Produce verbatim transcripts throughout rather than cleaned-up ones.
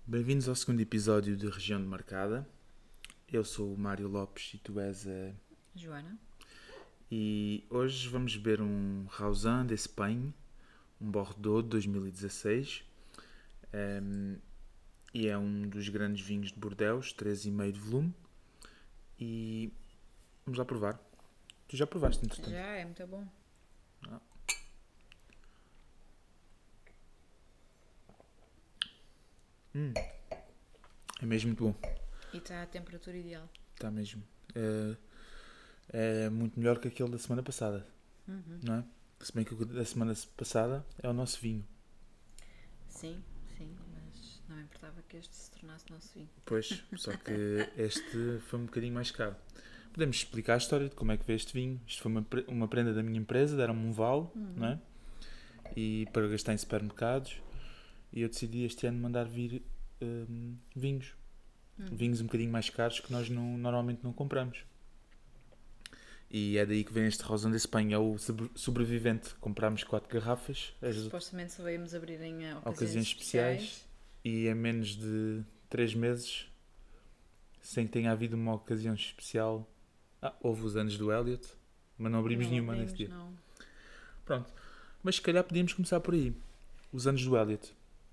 Bem-vindos ao segundo episódio de Região Demarcada. Eu sou o Mário Lopes e tu és a... Joana. E hoje vamos beber um Rausan d'Espagne, um Bordeaux de dois mil e dezasseis. Um, e é um dos grandes vinhos de Bordeaux, treze vírgula cinco de volume. E vamos lá provar. Tu já provaste, entretanto? Já, é muito bom. Ah. Hum. É mesmo muito bom. E está à temperatura ideal. Está mesmo. É, é muito melhor que aquele da semana passada. Uhum. Não é? Se bem que o da semana passada é o nosso vinho. Sim, sim, mas não importava que este se tornasse nosso vinho. Pois, só que este foi um bocadinho mais caro. Podemos explicar a história de como é que veio este vinho. Isto foi uma, uma prenda da minha empresa, deram-me um vale, Uhum. não é? E para gastar em supermercados. E eu decidi este ano mandar vir hum, vinhos. Uhum. Vinhos um bocadinho mais caros que nós não, normalmente não compramos. E é daí que vem este Rosão de Espanha, é o sobrevivente. Comprámos quatro garrafas. Supostamente só íamos abrir em ocasiões, ocasiões especiais. especiais. E em menos de três meses, sem que tenha havido uma ocasião especial... Ah, houve os anos do Elliot, mas não abrimos não nenhuma abrimos, nesse dia. Não. Pronto. Mas se calhar podíamos começar por aí. Os anos do Elliot.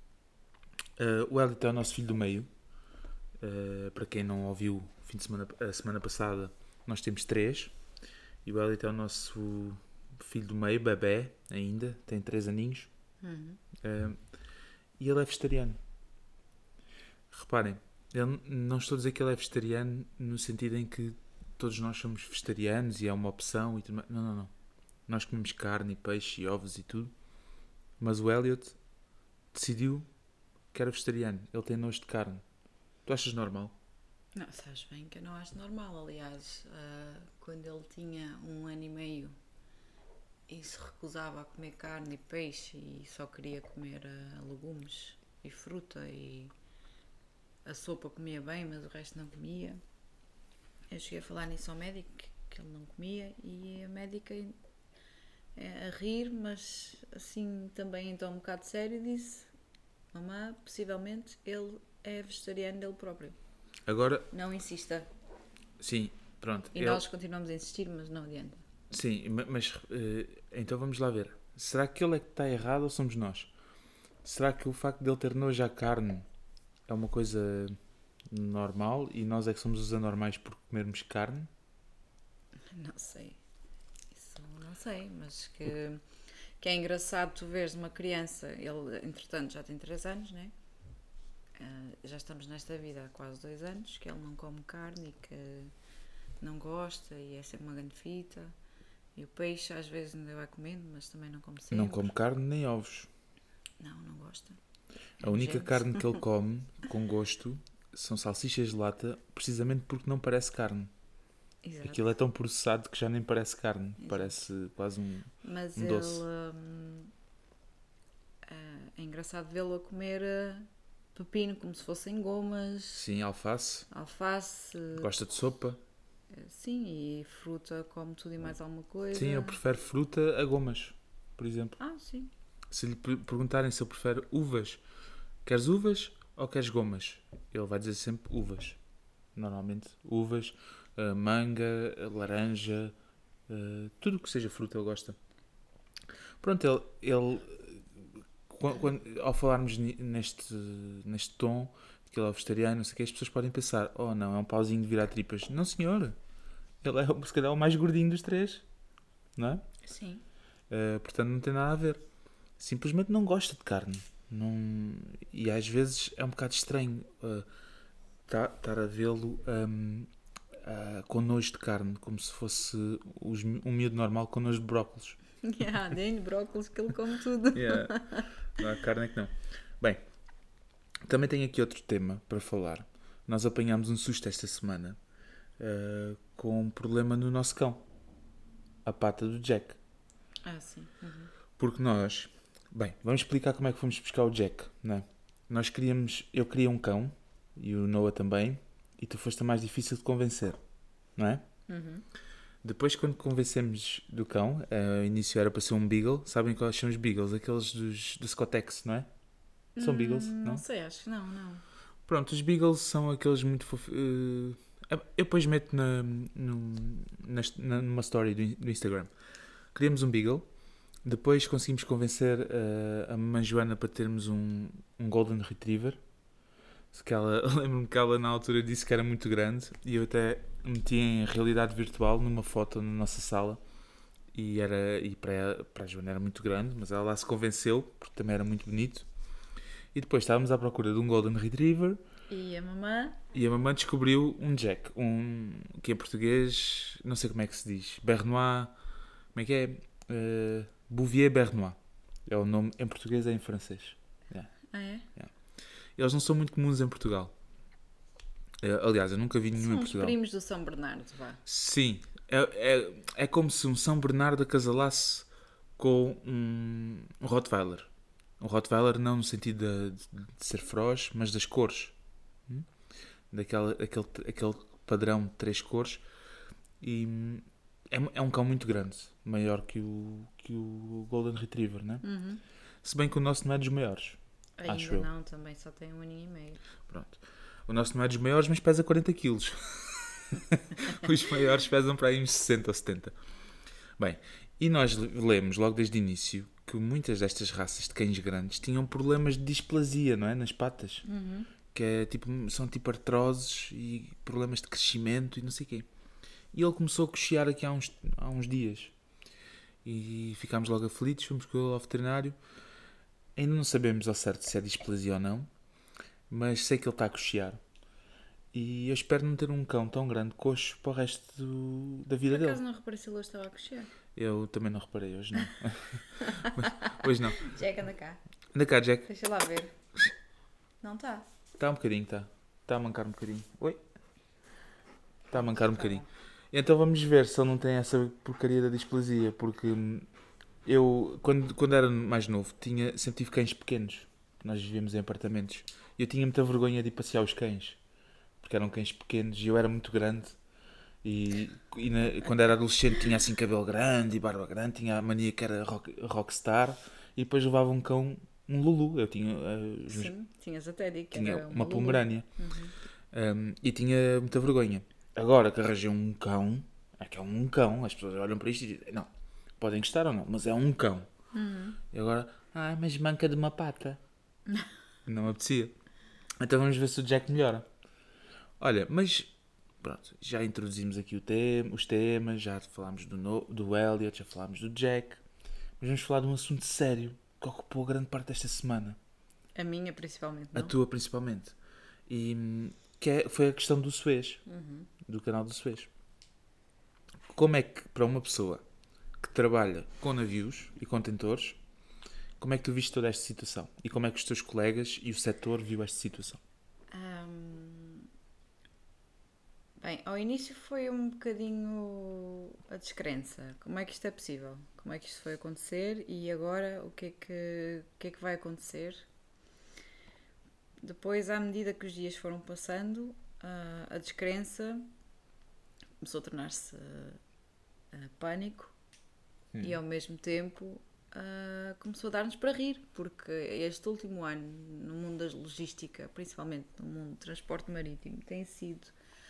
Uh, o Elliot é o nosso filho do meio. Uh, para quem não ouviu fim de semana, a semana passada, nós temos três. E o Elliot é o nosso filho do meio, bebê ainda, tem três aninhos. Uhum. Uh, e ele é vegetariano. Reparem, eu não estou a dizer que ele é vegetariano no sentido em que todos nós somos vegetarianos e é uma opção e tudo mais. Não, não, não. Nós comemos carne e peixe e ovos e tudo. Mas o Elliot decidiu que era vegetariano. Ele tem nojo de carne. Tu achas normal? Não, sabes bem que eu não acho normal. Aliás, uh, quando ele tinha um ano e meio e se recusava a comer carne e peixe e só queria comer uh, legumes e fruta e a sopa comia bem, mas o resto não comia. Eu cheguei a falar nisso ao médico, que ele não comia, e a médica a rir, mas assim também então um bocado sério, disse: mamã, possivelmente ele é vegetariano dele próprio. Agora... Não insista. Sim, pronto. E ele... nós continuamos a insistir, mas não adianta. Sim, mas uh, então vamos lá ver. Será que ele é que está errado ou somos nós? Será que o facto de ele ter nojo à carne é uma coisa normal e nós é que somos os anormais por comermos carne? Não sei. Isso não sei, mas que, que é engraçado tu veres uma criança, ele entretanto já tem três anos, né? Uh, já estamos nesta vida há quase dois anos, que ele não come carne e que não gosta e é sempre uma grande fita. E o peixe às vezes ainda vai comendo, mas também não come sempre. Não come carne nem ovos. Não, não gosta. A única carne que ele come com gosto são salsichas de lata, precisamente porque não parece carne. Exato. Aquilo é tão processado que já nem parece carne. Exato. Parece quase um, mas um ele, doce. Hum, é engraçado vê-lo a comer pepino como se fossem gomas. Sim, alface. Alface. Gosta de sopa. Sim, e fruta, come tudo e mais alguma coisa. Sim, eu prefiro fruta a gomas, por exemplo. Ah, sim. Se lhe perguntarem se eu prefiro uvas, queres uvas ou queres gomas? Ele vai dizer sempre uvas. Normalmente uvas, uh, manga, laranja, uh, tudo que seja fruta ele gosta. Pronto, ele, ele quando, quando, ao falarmos neste, neste tom de que ele é vegetariano, não sei o que, as pessoas podem pensar: oh não, é um pauzinho de virar tripas. Não, senhor. Ele é, se calhar, o mais gordinho dos três. Não é? Sim. Uh, portanto, não tem nada a ver. Simplesmente não gosta de carne. Não... E às vezes é um bocado estranho estar uh, a vê-lo um, uh, com nojo de carne, como se fosse os, um miúdo normal com nojo de brócolos. Yeah, nem de brócolos que ele come tudo. Yeah. Não há carne é que não. Bem, também tenho aqui outro tema para falar. Nós apanhámos um susto esta semana uh, com um problema no nosso cão. A pata do Jack. Ah, sim. Uhum. Porque nós... Bem, vamos explicar como é que fomos buscar o Jack, não é? Nós queríamos... Eu queria um cão, e o Noah também, e tu foste a mais difícil de convencer, não é? Uhum. Depois, quando convencemos do cão, uh, o início era para ser um Beagle. Sabem quais são os Beagles? Aqueles dos, do Scottex, não é? São hum, Beagles, não? Não sei, acho que não, não. Pronto, os Beagles são aqueles muito fofos. Uh, eu depois meto na, no, na, numa story do, do Instagram. Criamos um Beagle. Depois conseguimos convencer uh, a mamãe Joana para termos um, um Golden Retriever. Que ela, lembro-me que ela na altura disse que era muito grande. E eu até meti em realidade virtual numa foto na nossa sala. E, era, e para, ela, para a Joana era muito grande. Mas ela lá se convenceu, porque também era muito bonito. E depois estávamos à procura de um Golden Retriever. E a mamã? E a mamãe descobriu um Jack. Um, que em português, não sei como é que se diz. Bernois. Como é que é? Uh, Bouvier Bernois. É o nome, em português é em francês. Yeah. Ah, é? Yeah. Eles não são muito comuns em Portugal. Uh, aliás, eu nunca vi nenhum são em Portugal. São os primos do São Bernardo, vá. Sim. É, é, é como se um São Bernardo acasalasse com um, um Rottweiler. Um Rottweiler não no sentido de, de, de ser feroz, mas das cores. Hum? Daquela, aquele, aquele padrão de três cores. E é, é um cão muito grande. Maior que o, que o Golden Retriever, né? Uhum. Se bem que o nosso não é dos maiores. Ainda acho não, eu. também só tem um aninho e meio. Pronto. O nosso não é dos maiores, mas pesa quarenta quilos. Os maiores pesam para aí uns sessenta ou setenta. Bem, e nós lemos logo desde o início que muitas destas raças de cães grandes tinham problemas de displasia, não é? Nas patas. Uhum. Que é, tipo, são tipo artroses e problemas de crescimento e não sei o quê. E ele começou a cochear aqui há uns, há uns dias. E ficámos logo aflitos, fomos com ele ao veterinário. Ainda não sabemos ao certo se é displasia ou não, mas sei que ele está a cochear. E eu espero não ter um cão tão grande coxo para o resto do, da vida Por acaso dele. não reparei se ele hoje estava a coxear. Eu também não reparei, hoje não. Hoje não. Jack, anda cá. Anda cá, Jack. Deixa lá ver. Não está. Está um bocadinho, está. Está a mancar um bocadinho. Oi? Está a mancar um bocadinho. Então vamos ver se ele não tem essa porcaria da displasia, porque eu, quando, quando era mais novo, tinha, sempre tive cães pequenos. Nós vivíamos em apartamentos. E eu tinha muita vergonha de ir passear os cães. Porque eram cães pequenos e eu era muito grande. E, e na, quando era adolescente tinha assim cabelo grande e barba grande. Tinha a mania que era rock, rockstar. E depois levava um cão, um Lulu. Eu tinha... Uh, Sim, tinhas até dito que tinha era uma Lulu. pomerânia. Uhum. Um, e tinha muita vergonha. Agora que arranjei um cão, é que é um cão, as pessoas olham para isto e dizem, não, podem gostar ou não, mas é um cão. Uhum. E agora, ah, mas manca de uma pata. Não me apetecia. Então vamos ver se o Jack melhora. Olha, mas pronto, já introduzimos aqui o tema, os temas, já falámos do, no, do Elliot, já falámos do Jack, mas vamos falar de um assunto sério que ocupou grande parte desta semana. A minha principalmente, não? A tua principalmente. E que é, foi a questão do Suez, Uhum. do canal do Suez. Como é que, para uma pessoa que trabalha com navios e contentores, como é que tu viste toda esta situação? E como é que os teus colegas e o setor viu esta situação? Um... Bem, ao início foi um bocadinho a descrença. Como é que isto é possível? Como é que isto foi acontecer? E agora o que é que, o que, é que vai acontecer? Depois, à medida que os dias foram passando, a descrença começou a tornar-se uh, pânico hum. e, ao mesmo tempo, uh, começou a dar-nos para rir, porque este último ano, no mundo da logística, principalmente no mundo do transporte marítimo, tem sido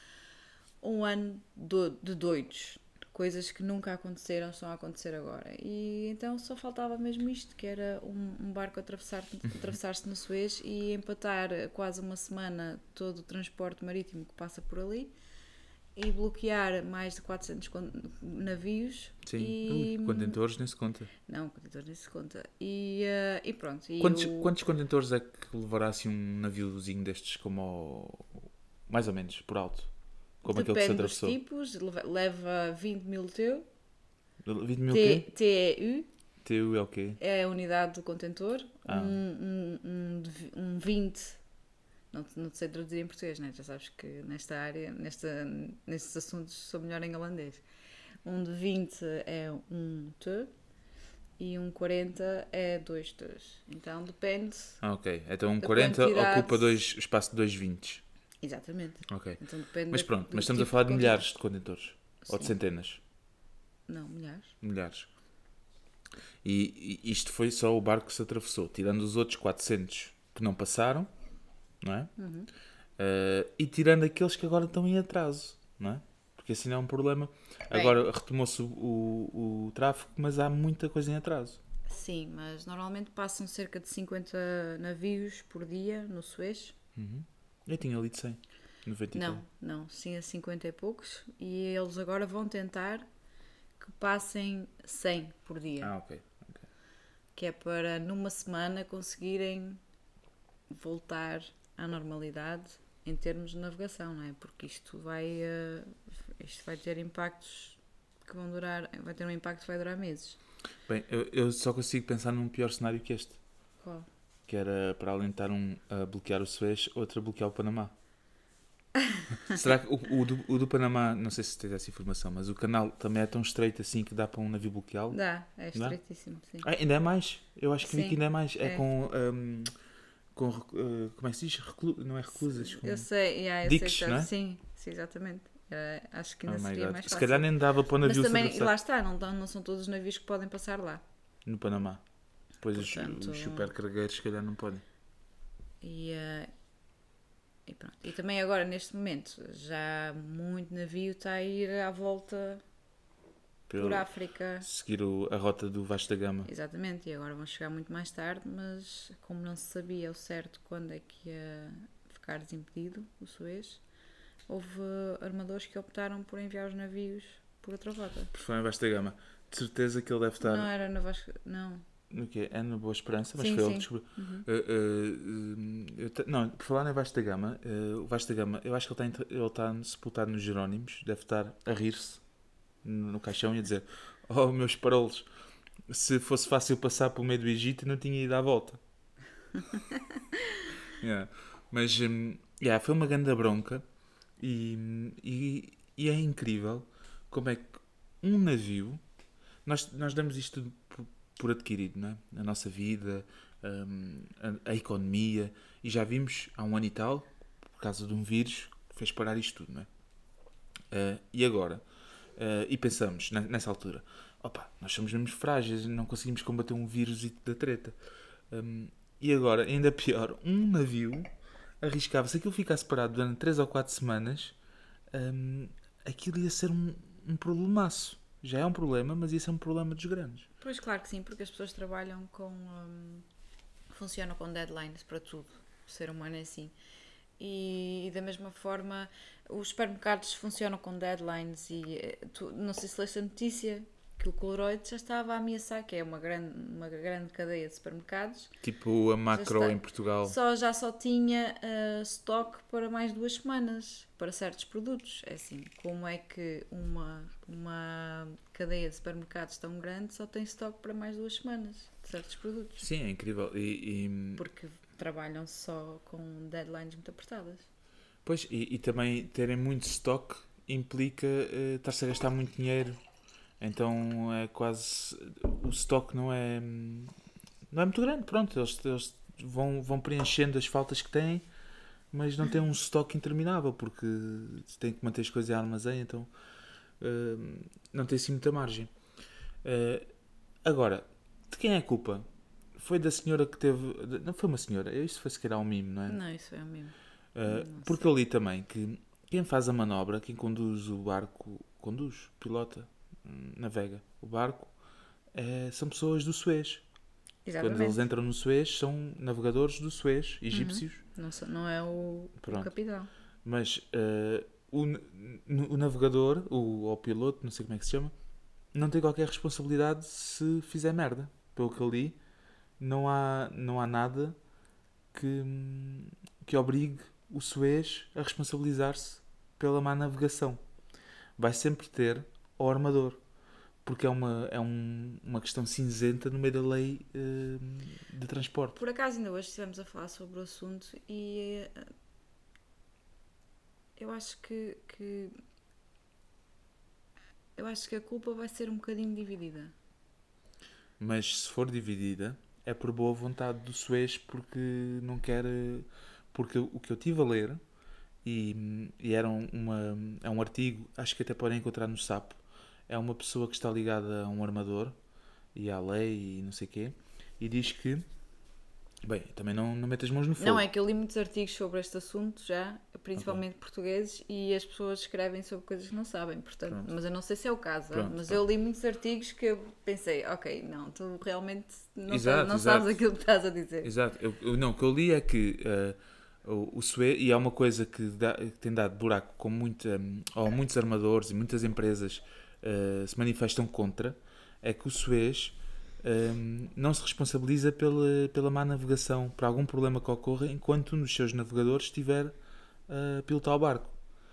um ano do, de doidos. Coisas que nunca aconteceram estão a acontecer agora. E então só faltava mesmo isto, que era um, um barco atravessar, atravessar-se no Suez e empatar quase uma semana todo o transporte marítimo que passa por ali e bloquear mais de quatrocentos navios. Sim, e... Ui, contentores nem se conta. Não, contentores nem se conta. E, uh, e pronto. E quantos, o... quantos contentores é que levará assim um naviozinho destes como ao... mais ou menos, por alto? Como Depende aquele que se atravessou. dos tipos, leva vinte mil T E U. vinte mil quê? T E U. T E U é o quê? É a unidade do contentor. Ah. Um, um, um, um vinte. Não, não te sei traduzir em português, né? Já sabes que nesta área, nesta, nestes assuntos, sou melhor em holandês. Um de vinte é um T e um quarenta é dois T's. Então depende. Ah, ok. Então um quarenta quantidade... ocupa dois, espaço de dois vinte. Exatamente. Ok. Então, depende mas pronto, mas estamos tipo a falar de, de milhares de contentores. Sim. Ou de centenas. Não, milhares. Milhares. E, e isto foi só o barco que se atravessou. Tirando os outros quatrocentos que não passaram, não é? Uhum. Uh, e tirando aqueles que agora estão em atraso, não é? Porque assim não é um problema. Bem, agora retomou-se o, o, o tráfego, mas há muita coisa em atraso. sim, mas normalmente passam cerca de cinquenta navios por dia no Suez. Uhum. Eu tinha lido cem. noventa e tal. Não, não, sim a cinquenta e poucos. E eles agora vão tentar que passem cem por dia. Ah, ok. okay. Que é para numa semana conseguirem voltar à normalidade em termos de navegação, não é? Porque isto vai, uh, isto vai ter impactos que vão durar, vai ter um impacto que vai durar meses. Bem, eu, eu só consigo pensar num pior cenário que este. Qual? Que era para além de estar um a bloquear o Suez, outro a bloquear o Panamá. Será que o, o, do, o do Panamá, não sei se tens essa informação, mas o canal também é tão estreito assim que dá para um navio bloqueá-lo? Dá, é estreitíssimo, sim. Ah, ainda é mais? Eu acho que sim, vi que ainda é mais. É, é. com. Um, com uh, como é que se diz? Reclu... Não é reclusas? Com... Eu sei, yeah, eu diques, sei que não é? Sim, sim, exatamente. Uh, acho que ainda Oh my seria God. mais Se fácil. calhar nem dava para o navio Mas também, e atravessar. lá está, não, não são todos os navios que podem passar lá. No Panamá. Pois Portanto, os, os supercargueiros se calhar não podem. E, uh, e pronto. E também agora, neste momento, já muito navio está a ir à volta Pelo, por África. Seguir o, a rota do Vasco da Gama. Exatamente, e agora vão chegar muito mais tarde, mas como não se sabia ao certo quando é que ia ficar desimpedido o Suez, houve armadores que optaram por enviar os navios por outra rota. Por falar em Vasco da Gama, de certeza que ele deve estar. Não era na Vasco. Não. No quê? É na Boa Esperança, mas Sim, foi sim. ele que descobriu. Uhum. Uh, uh, uh, te, não, por falar em Vasco da Gama, uh, o Vasco da Gama, eu acho que ele está, ele está sepultado nos Jerónimos, deve estar a rir-se no, no caixão e a dizer: Oh, meus parolos, se fosse fácil passar pelo meio do Egito, não tinha ido à volta. yeah. Mas um, yeah, foi uma grande bronca e, e, e é incrível como é que um navio. Nós, nós damos isto tudo por, por adquirido, não é? A nossa vida, um, a, a economia, e já vimos há um ano e tal, por causa de um vírus, que fez parar isto tudo, não é? Uh, e agora? Uh, e pensamos, na, nessa altura, opa, nós somos mesmo frágeis, não conseguimos combater um vírus da treta. Um, e agora, ainda pior, um navio arriscava, se aquilo ficasse parado durante três ou quatro semanas, um, aquilo ia ser um, um problemaço. Já é um problema, mas isso é um problema dos grandes. Pois claro que sim, porque as pessoas trabalham com. Um, funcionam com deadlines para tudo. O ser humano é assim. E, e da mesma forma, os supermercados funcionam com deadlines. E tu, não sei se leste a notícia que o Colruyt já estava a ameaçar, que é uma grande, uma grande cadeia de supermercados. Tipo a Macro em Portugal. Só, já só tinha uh, stock para mais duas semanas, para certos produtos. É assim, como é que uma, uma cadeia de supermercados tão grande só tem stock para mais duas semanas de certos produtos? Sim, é incrível. E, e... Porque trabalham só com deadlines muito apertadas. Pois, e, e também terem muito stock implica uh, estar-se a gastar muito dinheiro. Então é quase. O stock não é. Não é muito grande, pronto. Eles, eles vão, vão preenchendo as faltas que têm, mas não têm um stock interminável porque têm que manter as coisas em armazém, então uh, não tem assim muita margem. Uh, agora, de quem é a culpa? Foi da senhora que teve. Não foi uma senhora, isso foi se calhar um mimo, não é? Não, isso é um mimo. Uh, porque sei. Eu li também que quem faz a manobra, quem conduz o barco, conduz, pilota, navega o barco, é, são pessoas do Suez. Exatamente. Quando eles entram no Suez, são navegadores do Suez, egípcios. Uhum. Não, não é o, o capitão. Mas uh, o, o navegador, o, o piloto, não sei como é que se chama, não tem qualquer responsabilidade se fizer merda. Pelo que eu li, não há, não há nada que, que obrigue o Suez a responsabilizar-se pela má navegação. Vai sempre ter ao armador. Porque é uma, é um, uma questão cinzenta no meio da lei uh, de transporte. Por acaso ainda hoje estivemos a falar sobre o assunto e uh, eu acho que, que eu acho que a culpa vai ser um bocadinho dividida. Mas se for dividida é por boa vontade do Suez porque não quer... Porque o que eu estive a ler e, e era uma, é um artigo, acho que até podem encontrar no Sapo. É uma pessoa que está ligada a um armador e à lei e não sei o quê, e diz que Bem, também não, não meto as mãos no fogo. Não, é que eu li muitos artigos sobre este assunto já, principalmente okay. portugueses, e as pessoas escrevem sobre coisas que não sabem, portanto, Pronto. mas eu não sei se é o caso, Pronto, mas pronto. eu li muitos artigos que eu pensei, ok, não, tu realmente não, exato, sabes, não exato. sabes aquilo que estás a dizer. Exato, eu, eu, não, o que eu li é que uh, o, o Suez, e é uma coisa que, dá, que tem dado buraco com muita, ou muitos armadores e muitas empresas uh, se manifestam contra, é que o Suez Um, não se responsabiliza pela, pela má navegação, por algum problema que ocorra enquanto um dos seus navegadores estiver a pilotar o barco.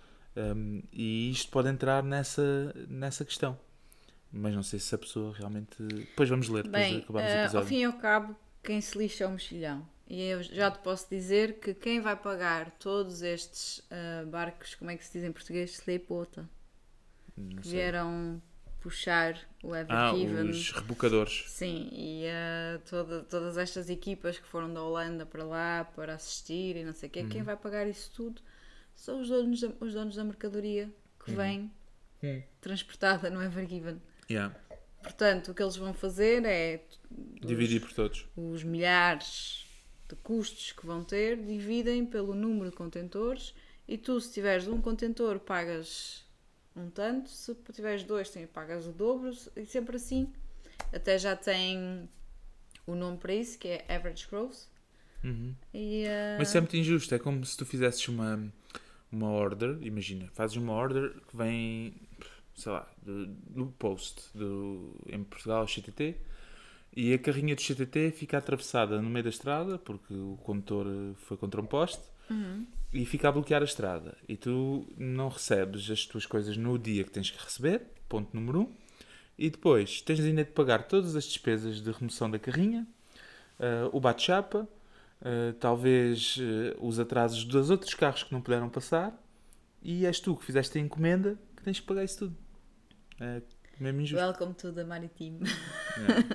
Um, e isto pode entrar nessa, nessa questão. Mas não sei se a pessoa realmente... Depois vamos ler, depois Bem, acabamos uh, o episódio. ao fim e ao cabo, quem se lixa é o mexilhão. E eu já te posso dizer que quem vai pagar todos estes uh, barcos, como é que se diz em português? Sleepwater, que vieram... puxar o Ever ah, Given. os rebocadores. Sim, e uh, toda, todas estas equipas que foram da Holanda para lá para assistir e não sei o quê, uhum. quem vai pagar isso tudo são os donos da, os donos da mercadoria que uhum. vem uhum. transportada no Ever Given. Yeah. Portanto, o que eles vão fazer é dividir os, por todos. Os milhares de custos que vão ter, dividem pelo número de contentores e tu, se tiveres um contentor, pagas um tanto, se tiveres dois, tem, pagas o dobro, e sempre assim. Até já tem o nome para isso, que é Average Growth. Uhum. E, uh... Mas isso é muito injusto, é como se tu fizesses uma, uma order, imagina, fazes uma order que vem, sei lá, do, do Post, do, em Portugal, X T T, e a carrinha do X T T fica atravessada no meio da estrada, porque o condutor foi contra um poste, uhum. e fica a bloquear a estrada. E tu não recebes as tuas coisas no dia que tens que receber, ponto número um. E depois tens ainda de pagar todas as despesas de remoção da carrinha, uh, o bate-chapa, uh, talvez uh, os atrasos dos outros carros que não puderam passar. E és tu que fizeste a encomenda que tens que pagar isso tudo. É mesmo injusto. Welcome to the Maritime. Yeah.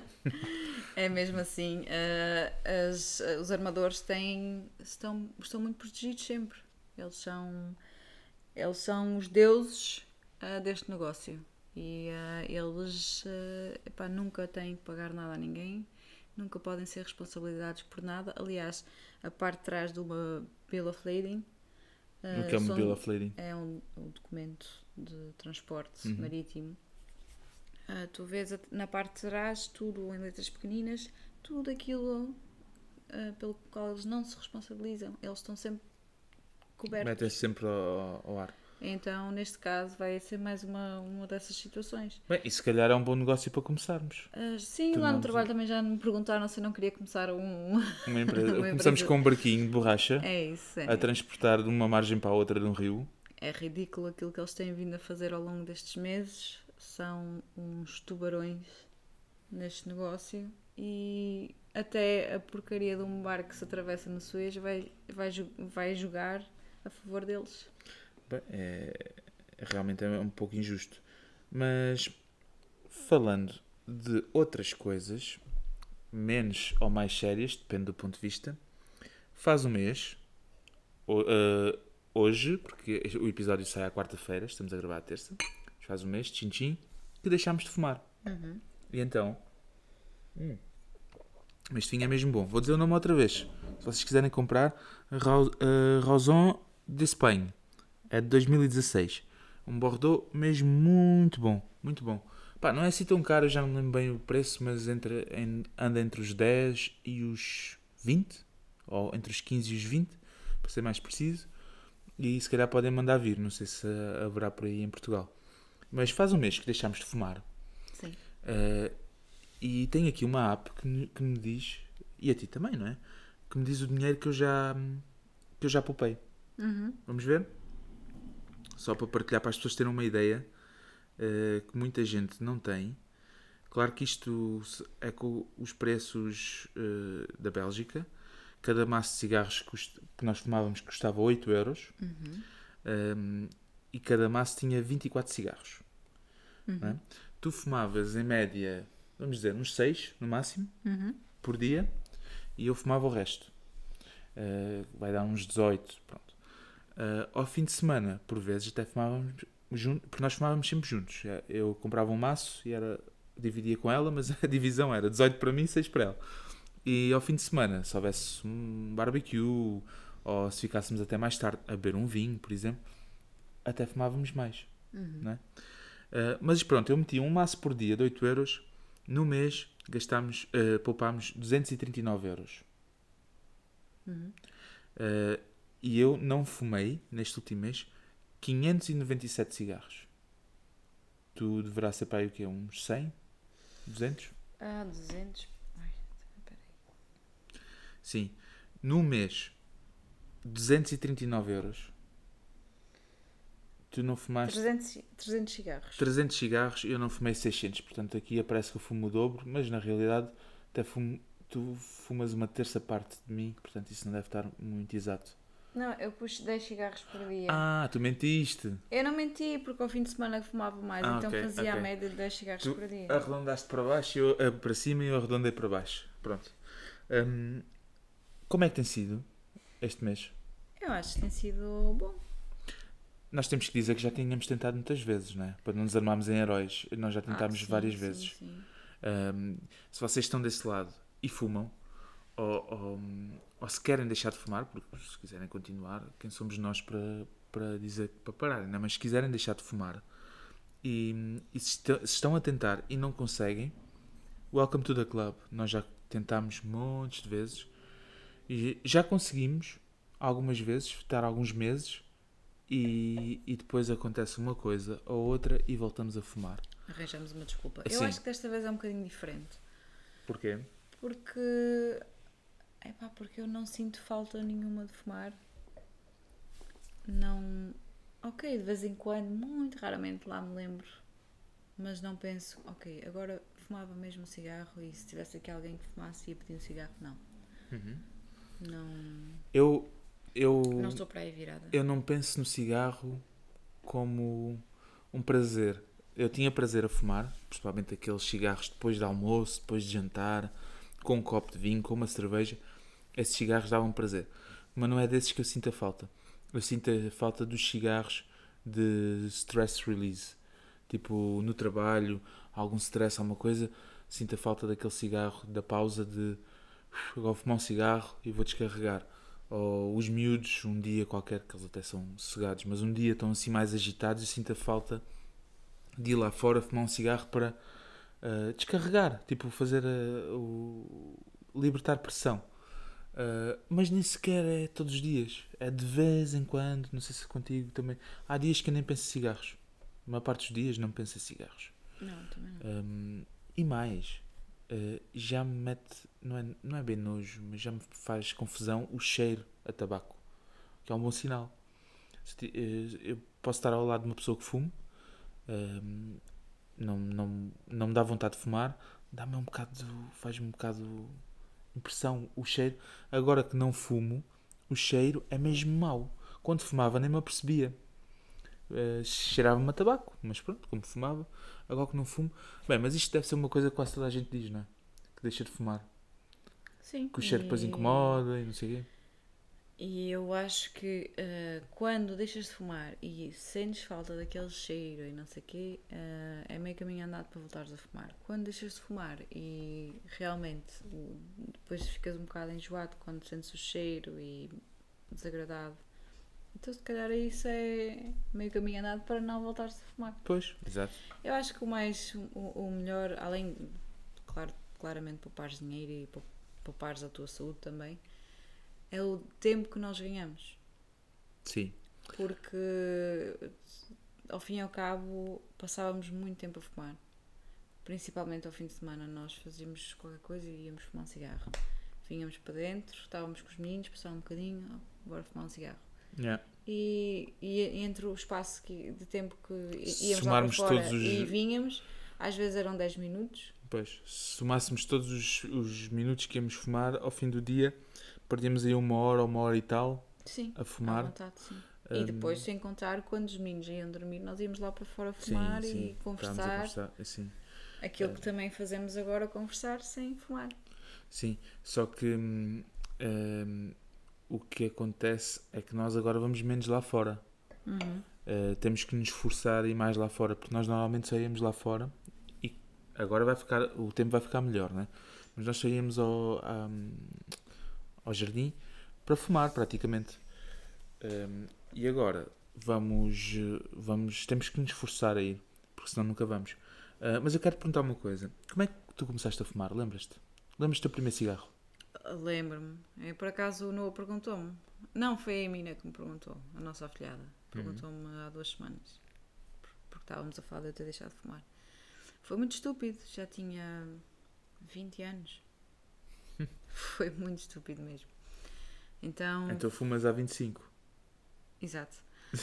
É mesmo assim, uh, as, os armadores têm, estão, estão muito protegidos sempre. Eles são, eles são os deuses uh, deste negócio. E uh, eles uh, epá, nunca têm que pagar nada a ninguém, nunca podem ser responsabilizados por nada. Aliás, a parte de trás de uma Bill of Lading. Uh, o que é uma Bill of Lading? É um, um documento de transporte uhum. marítimo. Uh, tu vês na parte de trás tudo em letras pequeninas, tudo aquilo uh, pelo qual eles não se responsabilizam, eles estão sempre cobertos. Metem-se sempre ao, ao ar. Então, neste caso, vai ser mais uma, uma dessas situações. Bem, e se calhar é um bom negócio para começarmos. Uh, sim, tu lá no trabalho também já me perguntaram se eu não queria começar um... uma empresa. uma Começamos empresa. com um barquinho de borracha é isso, é. a transportar de uma margem para a outra de um rio. É ridículo aquilo que eles têm vindo a fazer ao longo destes meses. São uns tubarões neste negócio e até a porcaria de um barco que se atravessa no Suez vai, vai, vai jogar a favor deles. Bem, é, realmente é um pouco injusto. Mas falando de outras coisas, menos ou mais sérias, depende do ponto de vista, faz um mês, uh, hoje, porque o episódio sai à quarta-feira, estamos a gravar à terça, faz um mês, tchim-tchim, que deixámos de fumar. Uhum. E então, hum, este vinho é mesmo bom. Vou dizer o nome outra vez. Se vocês quiserem comprar, uh, Roson d'Espagne. É de dois mil e dezasseis. Um Bordeaux mesmo muito bom. Muito bom. Pá, não é assim tão caro, eu já não me lembro bem o preço, mas entre, em, anda entre os dez e os vinte. Ou entre os quinze e os vinte, para ser mais preciso. E se calhar podem mandar vir. Não sei se haverá por aí em Portugal. Mas faz um mês que deixámos de fumar. Sim. Uh, e tem aqui uma app que, que me diz, e a ti também, não é? Que me diz o dinheiro que eu já, que eu já poupei. Uhum. Vamos ver? Só para partilhar, para as pessoas terem uma ideia, uh, que muita gente não tem. Claro que isto é com os preços uh, da Bélgica. Cada maço de cigarros custa, que nós fumávamos custava oito euros. Uhum. Um, e cada maço tinha vinte e quatro cigarros. Uhum. Não é? Tu fumavas em média, vamos dizer, uns seis no máximo, uhum. por dia, e eu fumava o resto. Uh, vai dar uns dezoito, pronto. Uh, ao fim de semana, por vezes, até fumávamos juntos, porque nós fumávamos sempre juntos. Eu comprava um maço e era, dividia com ela, mas a divisão era dezoito para mim e seis para ela. E ao fim de semana, se houvesse um barbecue, ou se ficássemos até mais tarde a beber um vinho, por exemplo, até fumávamos mais. Uhum. Não é? Uh, mas pronto, eu meti um maço por dia de oito euros. No mês gastámos, uh, poupámos duzentos e trinta e nove euros. Uhum. Uh, e eu não fumei, neste último mês, quinhentos e noventa e sete cigarros. Tu deverás ser para aí o quê? Uns cem? duzentos? Ah, duzentos. Ai, peraí. Sim. No mês, duzentos e trinta e nove euros. Tu não fumaste trezentos, trezentos cigarros. trezentos cigarros, eu não fumei seiscentos. Portanto, aqui aparece que eu fumo o dobro, mas na realidade até fumo, tu fumas uma terça parte de mim, portanto isso não deve estar muito exato. Não, eu pus dez cigarros por dia. Ah, tu mentiste. Eu não menti, porque ao fim de semana fumava mais, Ah, então ok, fazia ok. a média de dez cigarros Tu por dia. arredondaste para baixo, eu, eh, para cima e eu arredondei para baixo. Pronto. Hum, como é que tem sido este mês? Eu acho que tem sido bom. Nós temos que dizer que já tínhamos tentado muitas vezes, não é? Para não nos armarmos em heróis. Nós já tentámos Ah, sim, várias sim, vezes. sim. Um, se vocês estão desse lado e fumam, ou, ou, ou se querem deixar de fumar, porque se quiserem continuar, quem somos nós para, para dizer para pararem, não é? Mas se quiserem deixar de fumar e, e se, est- se estão a tentar e não conseguem, welcome to the club. Nós já tentámos montes de vezes e já conseguimos algumas vezes, estar alguns meses e, e depois acontece uma coisa ou outra e voltamos a fumar. Arranjamos uma desculpa. Sim. Eu acho que desta vez é um bocadinho diferente. Porquê? Porque. Epá, porque eu não sinto falta nenhuma de fumar. Não. Ok, de vez em quando, muito raramente lá me lembro. Mas não penso, ok, agora fumava mesmo um cigarro e se tivesse aqui alguém que fumasse ia pedir um cigarro. Não. Uhum. Não. Eu, eu, Não estou para aí virada. eu não penso no cigarro como um prazer. Eu tinha prazer a fumar, principalmente aqueles cigarros depois de almoço, depois de jantar, com um copo de vinho, com uma cerveja. Esses cigarros davam prazer. Mas não é desses que eu sinto a falta. Eu sinto a falta dos cigarros de stress release. Tipo, no trabalho, algum stress, alguma coisa, sinto a falta daquele cigarro, da pausa de "Uf, agora vou fumar um cigarro e vou descarregar." Ou os miúdos, um dia qualquer, que eles até são sossegados, mas um dia estão assim mais agitados e sinto a falta de ir lá fora fumar um cigarro para uh, descarregar, tipo fazer uh, o libertar pressão. Uh, mas nem sequer é todos os dias, é de vez em quando, não sei se contigo também. Há dias que eu nem penso em cigarros, a maior parte dos dias não penso em cigarros. Não, também não. Um, e mais, uh, já me mete, não é, não é bem nojo, mas já me faz confusão o cheiro a tabaco, que é um bom sinal. Eu posso estar ao lado de uma pessoa que fume, um, não, não, não me dá vontade de fumar, dá-me um bocado, faz-me um bocado impressão o cheiro. Agora que não fumo, o cheiro é mesmo mau. Quando fumava nem me apercebia. Uh, cheirava-me a tabaco, mas pronto, como fumava, agora que não fumo. Bem, mas isto deve ser uma coisa que quase toda a gente diz, não é? Que deixa de fumar. Sim. Que o cheiro e... depois incomoda e não sei o quê. E eu acho que uh, quando deixas de fumar e sentes falta daquele cheiro e não sei o quê, uh, é meio caminho andado para voltares a fumar. Quando deixas de fumar e realmente uh, depois ficas um bocado enjoado quando sentes o cheiro e desagradável, então se calhar isso é meio caminho andado para não voltares a fumar. Pois, exato. Eu acho que o mais, o, o melhor, além de, claro, claramente poupares dinheiro e poupares a tua saúde também, é o tempo que nós ganhamos. Sim. Porque, ao fim e ao cabo, passávamos muito tempo a fumar. Principalmente ao fim de semana, nós fazíamos qualquer coisa e íamos fumar um cigarro. Vínhamos para dentro, estávamos com os meninos, passávamos um bocadinho, oh, bora fumar um cigarro. Yeah. E, e entre o espaço que, de tempo que íamos Somarmos lá para fora todos os... e vínhamos, às vezes eram dez minutos. Pois, se somássemos todos os, os minutos que íamos fumar ao fim do dia, perdíamos aí uma hora ou uma hora e tal sim, a fumar. À vontade, sim. Um, e depois, sem contar, quando os meninos iam dormir, nós íamos lá para fora fumar sim, sim, e conversar. A conversar assim. Aquilo uh, que também fazemos agora, conversar sem fumar. Sim, só que hum, hum, o que acontece é que nós agora vamos menos lá fora. Uhum. Uh, temos que nos esforçar a ir mais lá fora, porque nós normalmente só íamos lá fora e agora vai ficar, o tempo vai ficar melhor, né? mas nós saíamos ao, à- ao jardim para fumar, praticamente. Um, e agora, vamos, eh, vamos, temos que nos esforçar a ir, porque senão nunca vamos. Uh, mas eu quero te perguntar uma coisa. Como é que tu começaste a fumar? Lembras-te? Lembras-te do primeiro cigarro? Lembro-me. E por acaso o Noah perguntou-me. Não, foi a Emina que me perguntou, a nossa afilhada. Perguntou-me há duas semanas. Porque estávamos a falar de eu ter deixado de fumar. Foi muito estúpido, já tinha vinte anos. Foi muito estúpido mesmo. Então. Então fumas há vinte e cinco. Exato.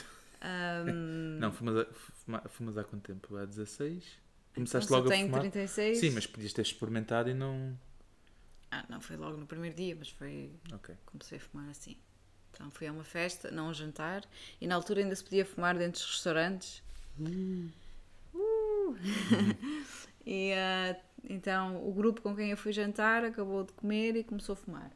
Ahm, Não, fumas há, fuma- fumas há quanto tempo? Há dezasseis? então, Começaste se eu logo a tenho fumar? trinta e seis. Sim, mas podias ter experimentado e não... Ah, não foi logo no primeiro dia, mas foi. Ok. Comecei a fumar assim. Então fui a uma festa, não a jantar, e na altura ainda se podia fumar dentro dos restaurantes. Uh. Uh. E ah, então o grupo com quem eu fui jantar acabou de comer e começou a fumar.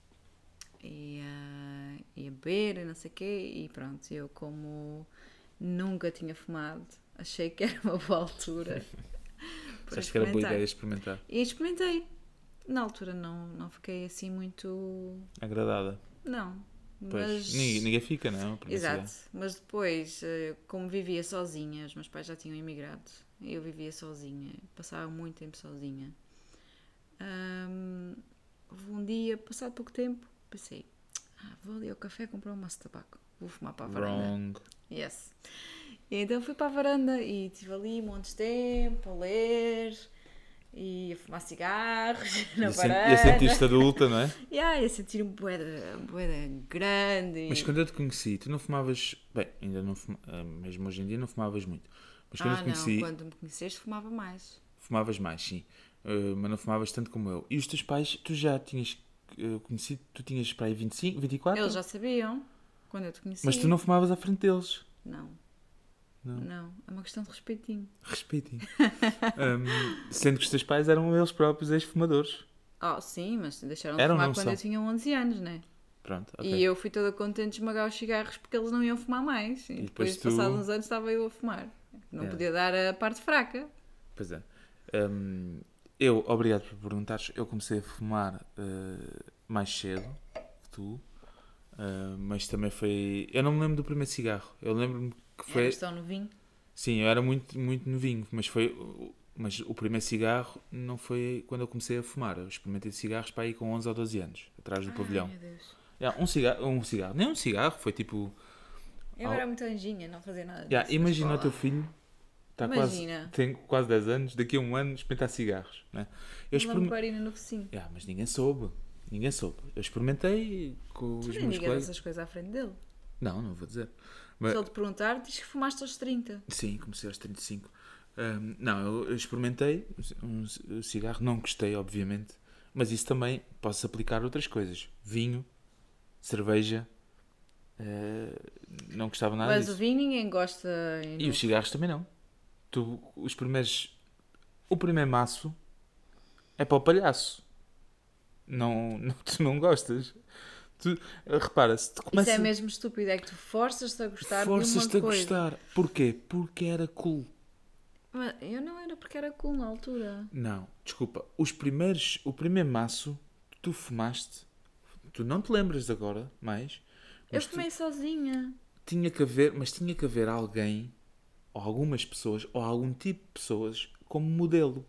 E, ah, e a beber e não sei o quê, e pronto, eu como nunca tinha fumado, achei que era uma boa altura para Acho que era boa experimentar. ideia experimentar. E experimentei. Na altura não, não fiquei assim muito. Agradada. Não. Pois, Mas. ninguém, ninguém fica, não? Para Exato. iniciar. Mas depois, eh, como vivia sozinha, os meus pais já tinham emigrado, eu vivia sozinha, passava muito tempo sozinha. Ahm, houve um dia, passado pouco tempo, pensei: ah, vou ali ao café comprar um maço de tabaco, vou fumar para a varanda. Wrong. Yes. E então fui para a varanda e estive ali um monte de tempo a ler e a fumar cigarros na E a sen- varanda. e a sentir-te adulta, não é? Yeah, e a sentir um boeda, boeda grande. e- Mas quando eu te conheci, tu não fumavas... Bem, ainda não fuma... ah, mesmo hoje em dia não fumavas muito. Mas quando eu Ah, te não, conheci, quando me conheceste fumava mais. fumavas mais, sim. Ah, mas não fumavas tanto como eu. E os teus pais, tu já tinhas ah, conhecido... Tu tinhas para aí vinte e cinco, vinte e quatro? Eles já sabiam quando eu te conheci. Mas tu não fumavas à frente deles. Não. Não. Não. É uma questão de respeitinho. Respeitem. Ahm, sendo que os teus pais eram eles próprios ex-fumadores. Oh, sim, mas deixaram Eram, de fumar não quando são? eu tinha onze anos, né? Pronto, ok. E eu fui toda contente de esmagar os cigarros porque eles não iam fumar mais. E, E depois, depois tu- passados uns anos, estava eu a fumar. Não É. podia dar a parte fraca. Pois é. Hum, eu, obrigado por perguntares, eu comecei a fumar eh, mais cedo que tu, eh, mas também foi... Eu não me lembro do primeiro cigarro, eu lembro-me que foi... Eras tão novinho. Sim, eu era muito, muito novinho, mas foi... o- Mas o primeiro cigarro não foi quando eu comecei a fumar, eu experimentei cigarros para aí com onze ou doze anos, atrás do pavilhão. Ai, meu Deus. Yeah, um cigarro, um cigarro, nem um cigarro, foi tipo... Eu Ah, era muito anjinha, não fazia nada disso. Yeah, na imagina o escola. teu filho, está quase, Imagina. tem quase dez anos, daqui a um ano experimentar cigarros, né? Eu Uma experim- lamparina no focinho. Yeah, mas ninguém soube. Ninguém soube. Eu experimentei com os Tu nem meus digas colegas. essas coisas à frente dele. Não, não vou dizer. Mas, Se ele te perguntar, diz que fumaste aos trinta. sim, comecei aos trinta e cinco. Ahm, não, eu, eu experimentei um c- um cigarro, não gostei, obviamente. Mas isso também posso aplicar a outras coisas. Vinho, cerveja. eh, não gostava nada Mas disso. o vinho ninguém gosta. em E novo. os cigarros também não. Tu, os primeiros. O primeiro maço é para o palhaço. Não, não, tu não gostas. Tu, eh, repara, se tu Isso começas. é mesmo estúpido, é que tu forças-te a gostar Forças-te de a uma coisa. gostar. Porquê? Porque era cool. Mas eu não era porque era cool na altura. Não, desculpa. Os primeiros, o primeiro maço que tu fumaste, tu não te lembras agora mais, Eu mas tu- fumei sozinha. tinha que haver, mas tinha que haver alguém, ou algumas pessoas, ou algum tipo de pessoas como modelo.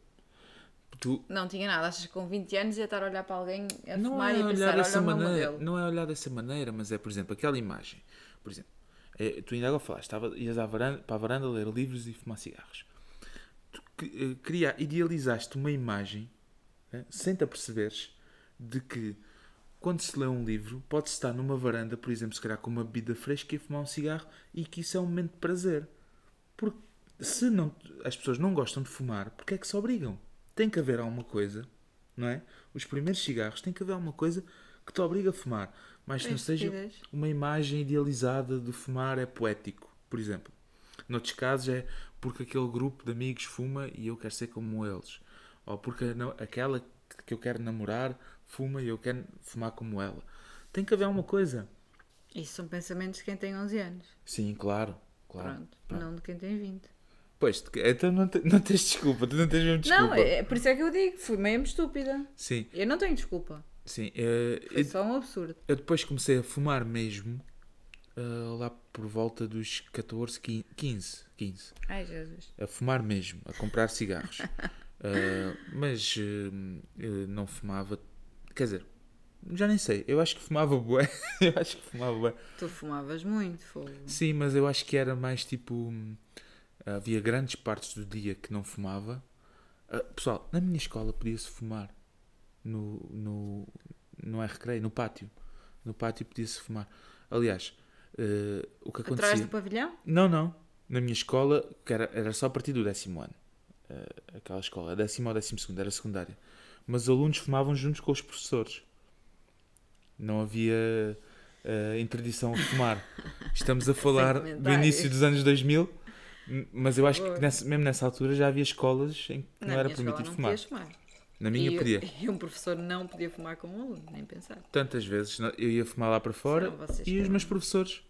Tu Não tinha nada. Achas que com vinte anos ia estar a olhar para alguém a não fumar é e a olhar pensar, dessa olha o meu maneira, modelo. não é olhar dessa maneira, mas é, por exemplo, aquela imagem. Por exemplo, é, tu ainda agora falaste, estava, ias à varanda, para a varanda ler livros e fumar cigarros. Tu que- eh, cria, idealizaste uma imagem, né, sem te aperceberes, de que quando se lê um livro, pode-se estar numa varanda, por exemplo, se calhar com uma bebida fresca e fumar um cigarro, e que isso é um momento de prazer. Porque se não, as pessoas não gostam de fumar, porque é que se obrigam? Tem que haver alguma coisa, não é? Os primeiros cigarros, tem que haver alguma coisa que te obriga a fumar. Mas que É não seja estupidez. uma imagem idealizada de fumar é poético, por exemplo. Noutros casos é porque aquele grupo de amigos fuma e eu quero ser como eles. Ou porque não- aquela que eu quero namorar fuma e eu quero fumar como ela. Tem que haver alguma coisa. Isso são pensamentos de quem tem onze anos. Sim, claro. claro. Pronto. Pronto. Não de quem tem vinte. Pois, então não, te, não tens desculpa, tu não tens mesmo desculpa. Não, é, por isso é que eu digo, fui mesmo estúpida. Sim. Eu não tenho desculpa. Sim. Uh, Foi eu, só um absurdo. Eu depois comecei a fumar mesmo, uh, lá por volta dos catorze, quinze, quinze. Ai, Jesus. A fumar mesmo, a comprar cigarros. uh, mas uh, não fumava, quer dizer, já nem sei, eu acho que fumava bué. Eu acho que fumava bué. Tu fumavas muito, fogo. Sim, mas eu acho que era mais tipo... Havia grandes partes do dia que não fumava. Uh, pessoal, na minha escola podia-se fumar. No, no, não é recreio, no pátio. No pátio podia-se fumar. Aliás, uh, o que acontecia... Atrás do pavilhão? Não, não. Na minha escola, que era, era só a partir do décimo ano. Uh, aquela escola, décimo ou décimo segundo, era secundária. Mas os alunos fumavam juntos com os professores. Não havia uh, interdição a fumar. Estamos a falar do início dos anos dois mil... Mas eu acho que nessa, mesmo nessa altura já havia escolas em que não Na era minha permitido não fumar. fumar. Na minha e, podia. E um professor não podia fumar com um aluno, nem pensar. Tantas vezes eu ia fumar lá para fora e os meus professores...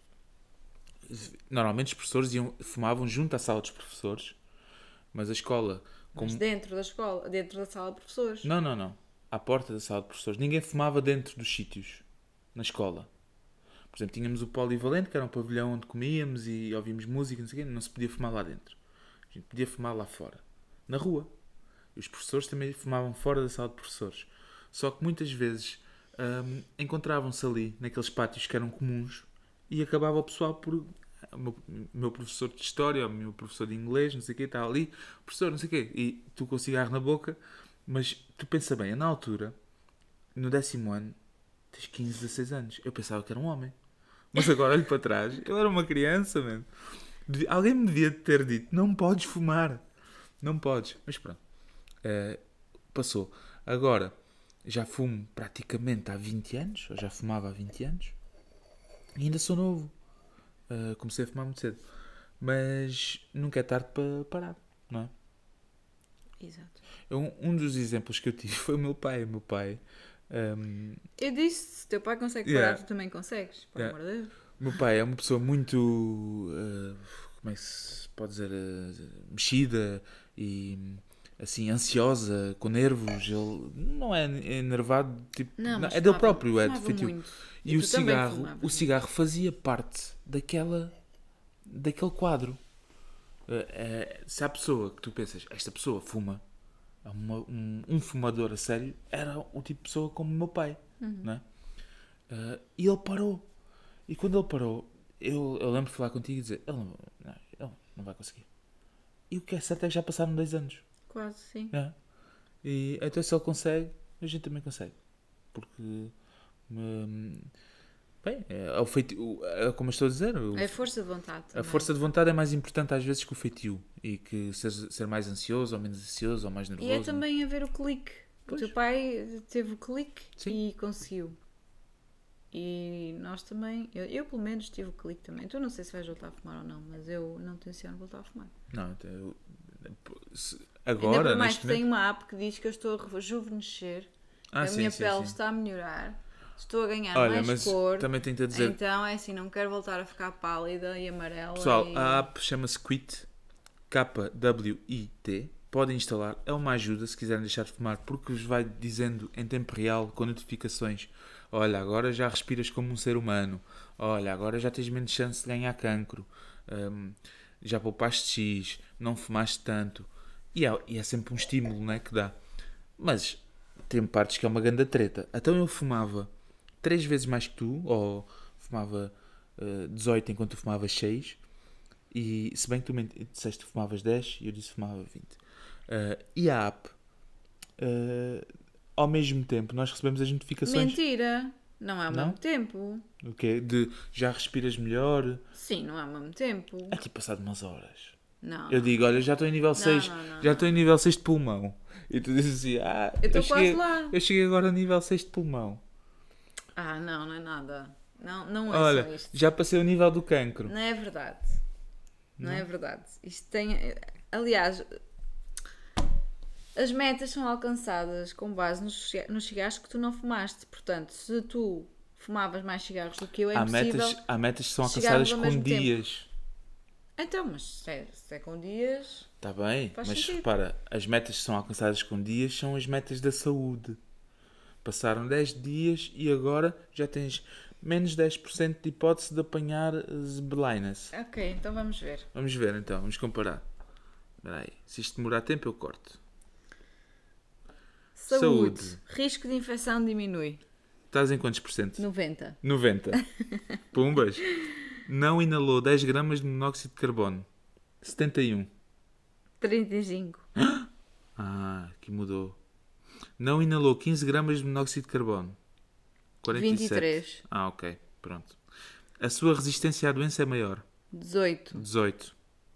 Normalmente os professores iam, fumavam junto à sala dos professores, mas a escola... Como... Mas dentro da escola, dentro da sala de professores? Não, não, não. À porta da sala de professores. Ninguém fumava dentro dos sítios, na escola. Por exemplo, tínhamos o polivalente, que era um pavilhão onde comíamos e ouvíamos música, não sei o quê, não se podia fumar lá dentro. A gente podia fumar lá fora, na rua. E os professores também fumavam fora da sala de professores. Só que muitas vezes hum, encontravam-se ali, naqueles pátios que eram comuns, e acabava o pessoal por... O meu, meu professor de História, o meu professor de Inglês, não sei o quê, está ali, professor, não sei o quê, e tu com o cigarro na boca, mas tu pensa bem, na altura, no décimo ano, tens quinze, dezasseis anos. Eu pensava que era um homem. Mas agora olho para trás, eu era uma criança, mano. Alguém me devia ter dito, não podes fumar. Não podes. Mas pronto. Uh, passou. Agora, já fumo praticamente há vinte anos, ou já fumava há vinte anos. E ainda sou novo. Uh, comecei a fumar muito cedo. Mas nunca é tarde para parar, não é? Exato. Um, um dos exemplos que eu tive foi o meu pai. O meu pai... Um, eu disse, se teu pai consegue parar, yeah. Tu também consegues, por yeah. amor de Deus. O meu pai é uma pessoa muito, uh, como é que se pode dizer, uh, mexida e assim, ansiosa, com nervos. Ele não é enervado, tipo, não, não, é fumava, dele próprio, é defetivo. E, e o cigarro, o cigarro fazia parte daquela, daquele quadro. Uh, uh, se há pessoa que tu pensas, esta pessoa fuma, Uma, um, um fumador a sério, era o tipo de pessoa como o meu pai, uhum. Não é? Uh, e ele parou. E quando ele parou, eu, eu lembro de falar contigo e dizer, ele não, não, ele não vai conseguir. E o que é certo é que já passaram dois anos. Quase, sim. É? E então se ele consegue, a gente também consegue. Porque, um, bem, é, o feitio, é como eu estou a dizer. O, é a força de vontade. A força de vontade é mais importante às vezes que o feitio. E que ser, ser mais ansioso, ou menos ansioso, ou mais nervoso. E é também haver o clique. Pois. O teu pai teve o clique Sim. e conseguiu. E nós também, eu, eu pelo menos tive o clique também. Tu não sei se vais voltar a fumar ou não, mas eu não tenciono voltar a fumar. Não, eu, se, agora, ainda por mais neste que momento... tem uma app que diz que eu estou a rejuvenescer, ah, a sim, minha sim, pele sim. está a melhorar, estou a ganhar Olha, mais mas cor. Também tenho a dizer... Então é assim, não quero voltar a ficar pálida e amarela. Pessoal, e... a app chama-se Quit, K W I T. Podem instalar, é uma ajuda se quiserem deixar de fumar, porque vos vai dizendo em tempo real, com notificações, olha, agora já respiras como um ser humano, olha, agora já tens menos chance de ganhar cancro, um, já poupaste X, não fumaste tanto, e é, e é sempre um estímulo, né, que dá. Mas tem partes que é uma grande treta. Então eu fumava três vezes mais que tu, ou fumava uh, dezoito enquanto tu fumavas seis, e se bem que tu me disseste que fumavas dez e eu disse que fumava vinte. Uh, e a app, uh, ao mesmo tempo, nós recebemos as notificações. Mentira! Não é ao não? mesmo tempo. O quê? De já respiras melhor? Sim, não é ao mesmo tempo. É tipo passado umas horas. Não. Eu digo, olha, já estou em nível seis, não, não, já estou em nível seis de pulmão. E tu dizes assim, ah, eu estou quase cheguei, lá. Eu cheguei agora a nível seis de pulmão. Ah, não, não é nada. Não, não é olha, só isto. Já passei o nível do cancro. Não é verdade. Não, não é verdade. Isto tem... Aliás... As metas são alcançadas com base nos, nos cigarros que tu não fumaste. Portanto, se tu fumavas mais cigarros do que eu, é há impossível... Metas, há metas que são alcançadas com dias. Tempo. Então, mas se é, se é com dias... Está bem, Faz mas sentido. repara, as metas que são alcançadas com dias são as metas da saúde. Passaram dez dias e agora já tens menos dez por cento de hipótese de apanhar Zebelinas. Ok, então vamos ver. Vamos ver então, vamos comparar. Espera aí, se isto demorar tempo eu corto. Saúde. Saúde. Risco de infecção diminui. Estás em quantos por cento? noventa. noventa. Pumbas. Não inalou dez gramas de monóxido de carbono. setenta e um. trinta e cinco. Ah, aqui mudou. Não inalou quinze gramas de monóxido de carbono. quarenta e sete. vinte e três. Ah, ok. Pronto. A sua resistência à doença é maior. dezoito. dezoito.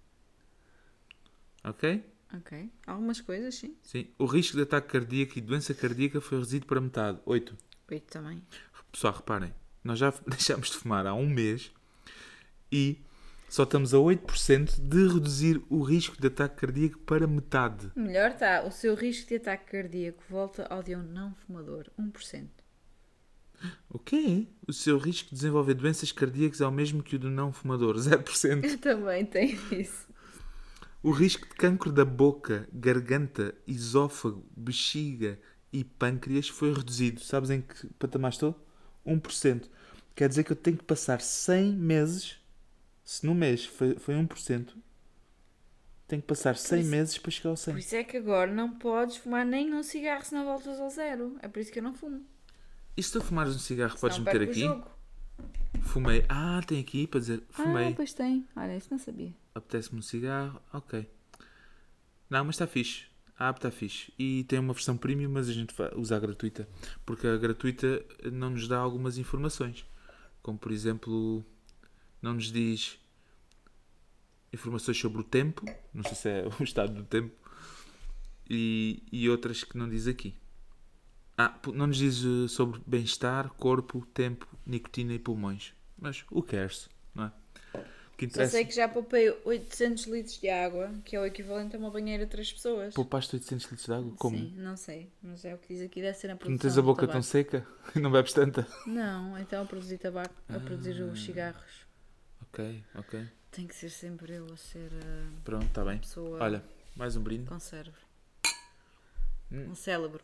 Ok? Ok. Algumas coisas, sim. Sim. O risco de ataque cardíaco e doença cardíaca foi reduzido para metade. oito. oito também. Pessoal, reparem. Nós já deixámos de fumar há um mês e só estamos a oito por cento de reduzir o risco de ataque cardíaco para metade. Melhor está. O seu risco de ataque cardíaco volta ao de um não fumador. um por cento. O quê? O seu risco de desenvolver doenças cardíacas é o mesmo que o do não fumador. zero por cento. Eu também tenho isso. O risco de cancro da boca, garganta, esófago, bexiga e pâncreas foi reduzido. Sabes em que patamar estou? um por cento. Quer dizer que eu tenho que passar cem meses, se no mês foi, foi um por cento, tenho que passar cem isso- meses para chegar ao cem. Por isso é que agora não podes fumar nenhum cigarro senão voltas ao zero. É por isso que eu não fumo. E se tu fumares um cigarro, podes Senão meter perco o aqui? jogo. Fumei. Ah, tem aqui para dizer Ah, fumei. pois tem. Olha, isso não sabia. Apetece-me um cigarro. Ok. Não, mas está fixe. A app está fixe. E tem uma versão premium, mas a gente vai usar a gratuita. Porque a gratuita não nos dá algumas informações. Como, por exemplo, não nos diz informações sobre o tempo. Não sei se é o estado do tempo. E, e outras que não diz aqui. Ah, pu- não nos diz eh, sobre bem-estar, corpo, tempo, nicotina e pulmões. Mas who cares, não é? O que Só interessa... sei que já poupei oitocentos litros de água, que é o equivalente a uma banheira de três pessoas. Poupaste oitocentos litros de água? Como? Sim, não sei. Mas é o que diz aqui, deve ser na Tu produção não tens a do boca tabaco. tão seca e não bebes tanta? Não, então a produzir tabaco, a produzir Ah. os cigarros. Ok, ok. Tem que ser sempre eu a ser a Pronto, está bem. pessoa Olha, mais um brinde. com cérebro. Hum. Um cérebro.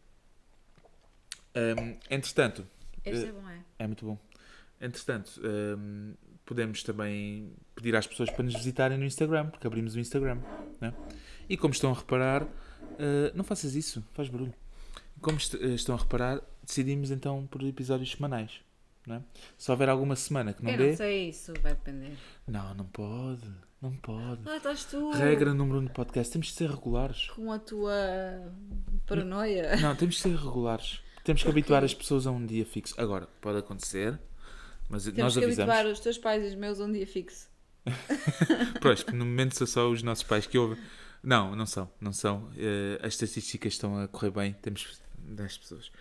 Hum, entretanto, Este Eh, é bom, é? é muito bom. Entretanto, hum, podemos também pedir às pessoas para nos visitarem no Instagram, porque abrimos o Instagram. Né? E como estão a reparar, eh, não faças isso, faz barulho. Como est- eh, estão a reparar, decidimos então por episódios semanais. Né? Se houver alguma semana que não Eu dê, não sei, isso vai depender. não, não pode, não pode. Ah, estás tu Regra número um do podcast, temos de ser regulares. com a tua paranoia. Não, temos de ser regulares. Temos que habituar as pessoas a um dia fixo. Agora, pode acontecer, mas Temos nós que avisamos. habituar os teus pais e os meus a um dia fixo. Pois, no momento são só os nossos pais que ouvem. Não, não são, não são. Eh, as estatísticas estão a correr bem. Temos dez pessoas.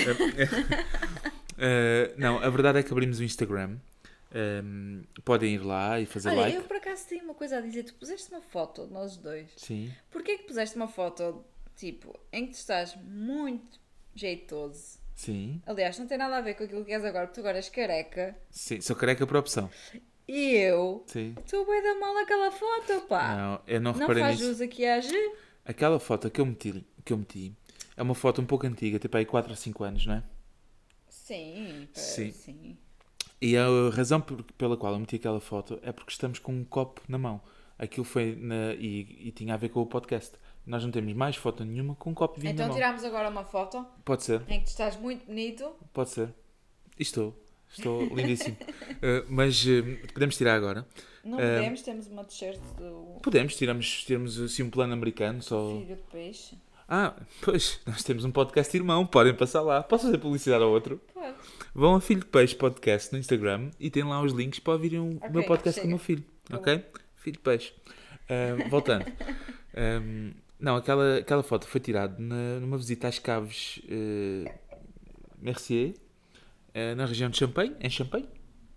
Eh, eh, não, a verdade é que abrimos o Instagram. Ehm, podem ir lá e fazer Olha, like. eu por acaso tenho uma coisa a dizer. Tu puseste uma foto de nós dois. Sim. Porquê que puseste uma foto, tipo, em que tu estás muito jeitoso? Sim. Aliás, não tem nada a ver com aquilo que és agora, porque tu agora és careca. Sim. Sou careca por opção. E eu Sim. estou bem da mal aquela foto, pá. Não, eu não Não reparei faz nisso. jus aqui a agir. Aquela foto que eu meti, que eu meti é uma foto um pouco antiga, tipo aí quatro ou cinco anos, não é? Sim, pá, Sim. sim. E a razão por- pela qual eu meti aquela foto é porque estamos com um copo na mão. Aquilo foi na, e, e tinha a ver com o podcast. Nós não temos mais foto nenhuma com um copo de vinho Então na mão. tirámos agora uma foto Pode ser, em que tu estás muito bonito. pode ser. Estou, estou lindíssimo. Uh, mas uh, podemos tirar agora. Não Ah, podemos, temos uma t-shirt do Podemos, tiramos, tiramos assim um plano americano. Só... Filho de Peixe. Ah, pois, nós temos um podcast irmão, podem passar lá. Posso fazer publicidade ao outro? Pode. Vão a Filho de Peixe Podcast no Instagram e tem lá os links para ouvirem o Ok, meu podcast com o chega. meu filho. Tá Ok? Filho de Peixe. Ahm, voltando. Ahm, não, aquela, aquela foto foi tirada na- numa visita às caves eh, Mercier, eh, na região de Champagne, em Champagne,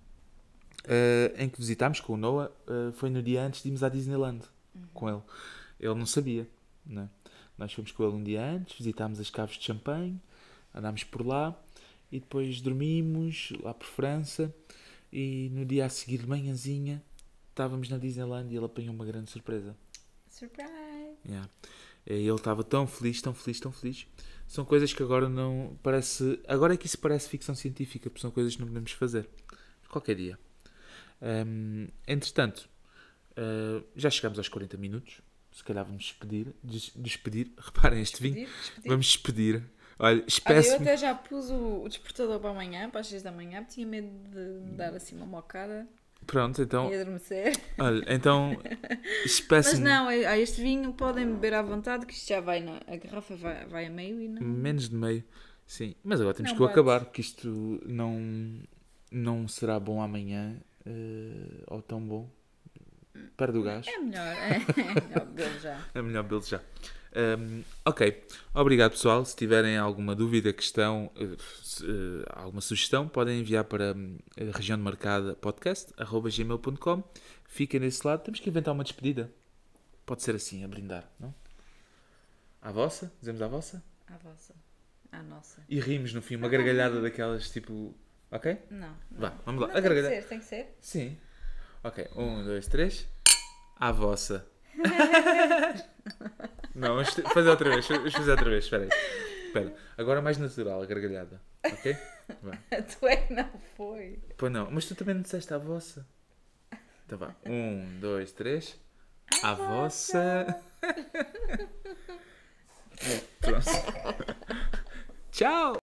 eh, em que visitámos com o Noah. Eh, foi no dia antes de irmos à Disneyland com ele. Ele não sabia, né? Nós fomos com ele um dia antes, visitámos as caves de Champagne, andámos por lá e depois dormimos lá por França e no dia a seguir de manhãzinha estávamos na Disneyland e ele apanhou uma grande surpresa. Surprise! Yeah. E ele estava tão feliz, tão feliz, tão feliz. São coisas que agora não parece... Agora é que isso parece ficção científica, porque são coisas que não podemos fazer. Qualquer dia. Um, entretanto, uh, já chegamos aos quarenta minutos. Se calhar vamos despedir. Des- despedir. Reparem este Despedir, vinho. despedir. Vamos despedir. Olha, Olha, eu espécie-me... até já pus o, o despertador para amanhã, para as seis da manhã, porque tinha medo de me dar assim uma mocada Pronto, então... e adormecer. Olha, então... Mas Espécie-me... não, é- ah, este vinho podem beber à vontade, que isto já vai, na, a garrafa vai, vai a meio e não... Menos de meio. Sim. Mas agora temos Não que o bate. acabar, porque isto não, não será bom amanhã. uh, ou tão bom. Perde o gás. É melhor, é, é melhor beber já. É melhor bê-lo já. Um, ok. Obrigado, pessoal. Se tiverem alguma dúvida, questão, uh, se, uh, alguma sugestão, podem enviar para um, a região de marcada podcast, arroba gmail ponto com. Fiquem desse lado. Temos que inventar uma despedida. Pode ser assim, a brindar, não? À vossa? Dizemos à vossa? À vossa, à nossa. E rimos no fim, uma gargalhada daquelas tipo... Ok? Não, não. Vá, vamos lá. Não, A tem que gargalhada. ser, tem que ser. Sim. Ok. Um, dois, três. À vossa. Não, vamos te- fazer outra vez. Vamos fazer outra vez. Espera aí. Espera. Agora mais natural, a gargalhada. Ok? Vá. Tu é que não foi. Pois não. Mas tu também não disseste à vossa. Então vá. Um, dois, três. À vossa. Pronto. Tchau.